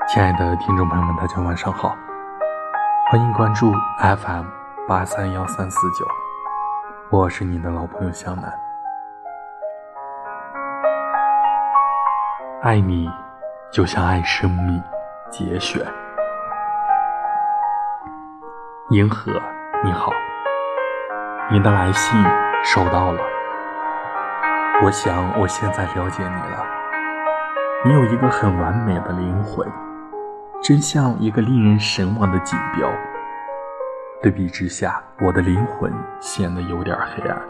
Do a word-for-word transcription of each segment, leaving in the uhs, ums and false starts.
亲爱的听众朋友们，大家晚上好，欢迎关注 F M 八三幺三四九，我是你的老朋友向南。爱你就像爱生命节选。银河你好，你的来信收到了，我想我现在了解你了。你有一个很完美的灵魂，真像一个令人神往的锦标。对比之下，我的灵魂显得有点黑暗。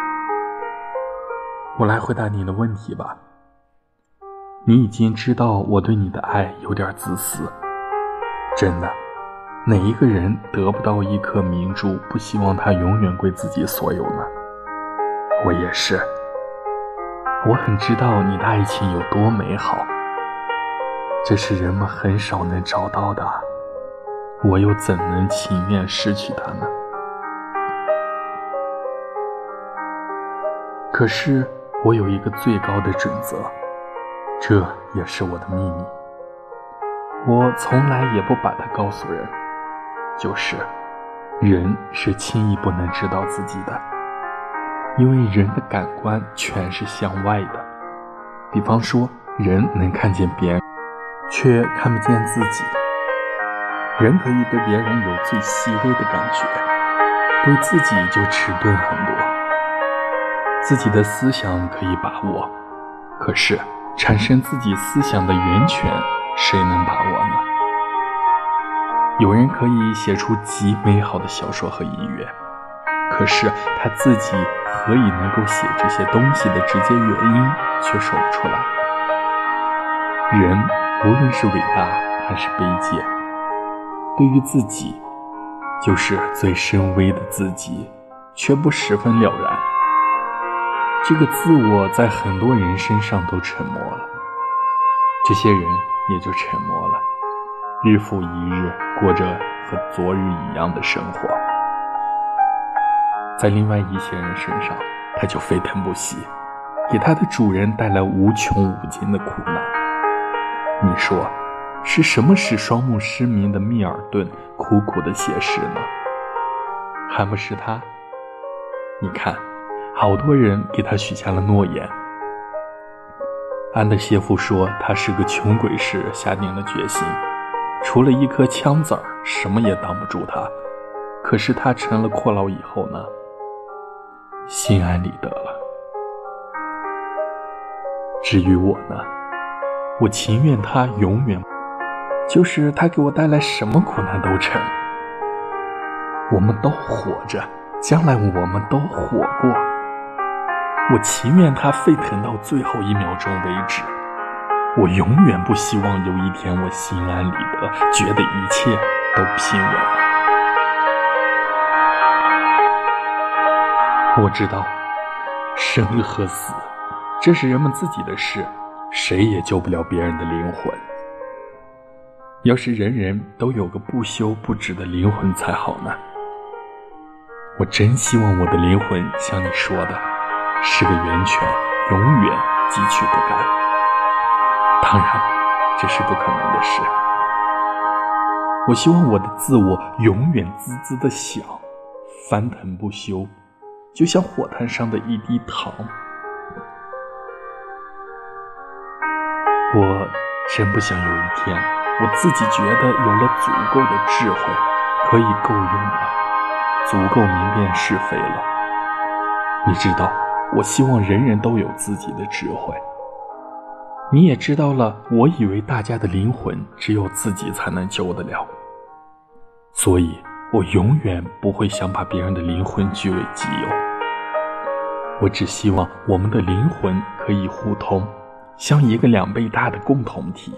我来回答你的问题吧。你已经知道我对你的爱有点自私，真的，哪一个人得不到一颗明珠，不希望它永远归自己所有呢？我也是。我很知道你的爱情有多美好，这是人们很少能找到的，我又怎能情愿失去它呢？可是我有一个最高的准则，这也是我的秘密，我从来也不把它告诉人，就是人是轻易不能知道自己的，因为人的感官全是向外的。比方说，人能看见别人，却看不见自己。人可以对别人有最细微的感觉，对自己就迟钝很多。自己的思想可以把握，可是产生自己思想的源泉，谁能把握呢？有人可以写出极美好的小说和音乐，可是他自己何以能够写这些东西的直接原因却说不出来。人无论是伟大还是卑贱，对于自己，就是最深微的自己，却不十分了然。这个自我在很多人身上都沉默了，这些人也就沉默了，日复一日过着和昨日一样的生活。在另外一些人身上，他就飞腾不息，给他的主人带来无穷无尽的苦难。你说是什么使双目失明的密尔顿苦苦地写诗呢？还不是他？你看，好多人给他许下了诺言。安德谢夫说他是个穷鬼时下定了决心，除了一颗枪子儿，什么也挡不住他。可是他成了阔佬以后呢，心安理得了。至于我呢，我情愿他永远，就是他给我带来什么苦难都成。我们都活着，将来我们都活过，我情愿他沸腾到最后一秒钟为止。我永远不希望有一天我心安理得，觉得一切都平稳了。我知道生和死，这是人们自己的事，谁也救不了别人的灵魂。要是人人都有个不休不止的灵魂才好呢。我真希望我的灵魂像你说的，是个源泉，永远汲取不干。当然，这是不可能的事。我希望我的自我永远滋滋地响，翻腾不休，就像火炭上的一滴糖。我真不想有一天，我自己觉得有了足够的智慧，可以够用了，足够明辨是非了。你知道，我希望人人都有自己的智慧。你也知道了，我以为大家的灵魂只有自己才能救得了，所以我永远不会想把别人的灵魂据为己有。我只希望我们的灵魂可以互通，像一个两倍大的共同体。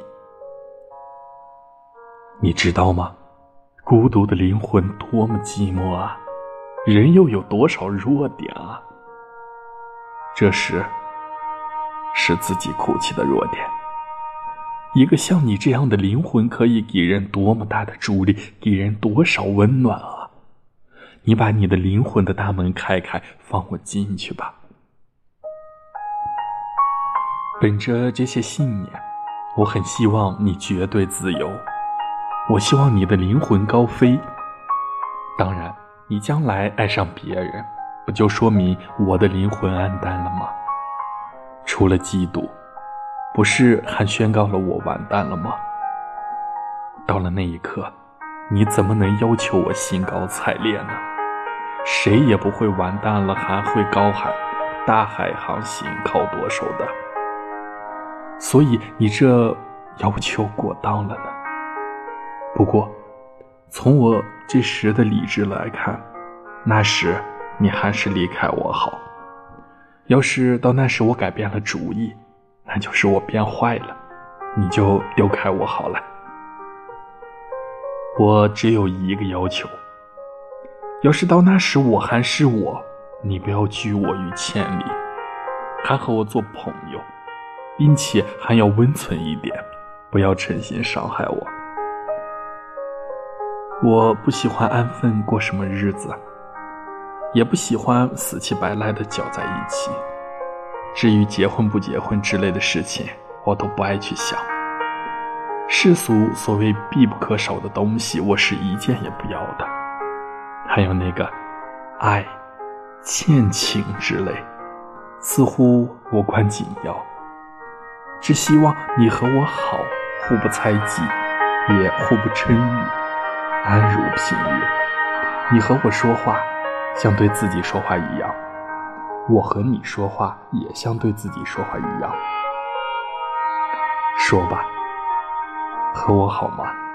你知道吗？孤独的灵魂多么寂寞啊，人又有多少弱点啊？这时是自己哭泣的弱点。一个像你这样的灵魂可以给人多么大的助力，给人多少温暖啊！你把你的灵魂的大门开开，放我进去吧。本着这些信念， 我很希望你绝对自由，我希望你的灵魂高飞。当然，你将来爱上别人，不就说明我的灵魂黯淡了吗？除了嫉妒，不是还宣告了我完蛋了吗？到了那一刻，你怎么能要求我兴高采烈呢？谁也不会完蛋了还会高喊大海航行靠舵手的。所以你这要求过当了呢。不过从我这时的理智来看，那时你还是离开我好。要是到那时我改变了主意，那就是我变坏了，你就丢开我好了。我只有一个要求，要是到那时我还是我，你不要拒我于千里，还和我做朋友，并且还要温存一点，不要诚心伤害我。我不喜欢安分过什么日子，也不喜欢死乞白赖的搅在一起。至于结婚不结婚之类的事情，我都不爱去想。世俗所谓必不可少的东西，我是一件也不要的。还有那个爱、欠情之类，似乎无关紧要。只希望你和我好，互不猜忌，也互不嗔欲，安如平日。你和我说话像对自己说话一样，我和你说话也像对自己说话一样。说吧，和我好吗？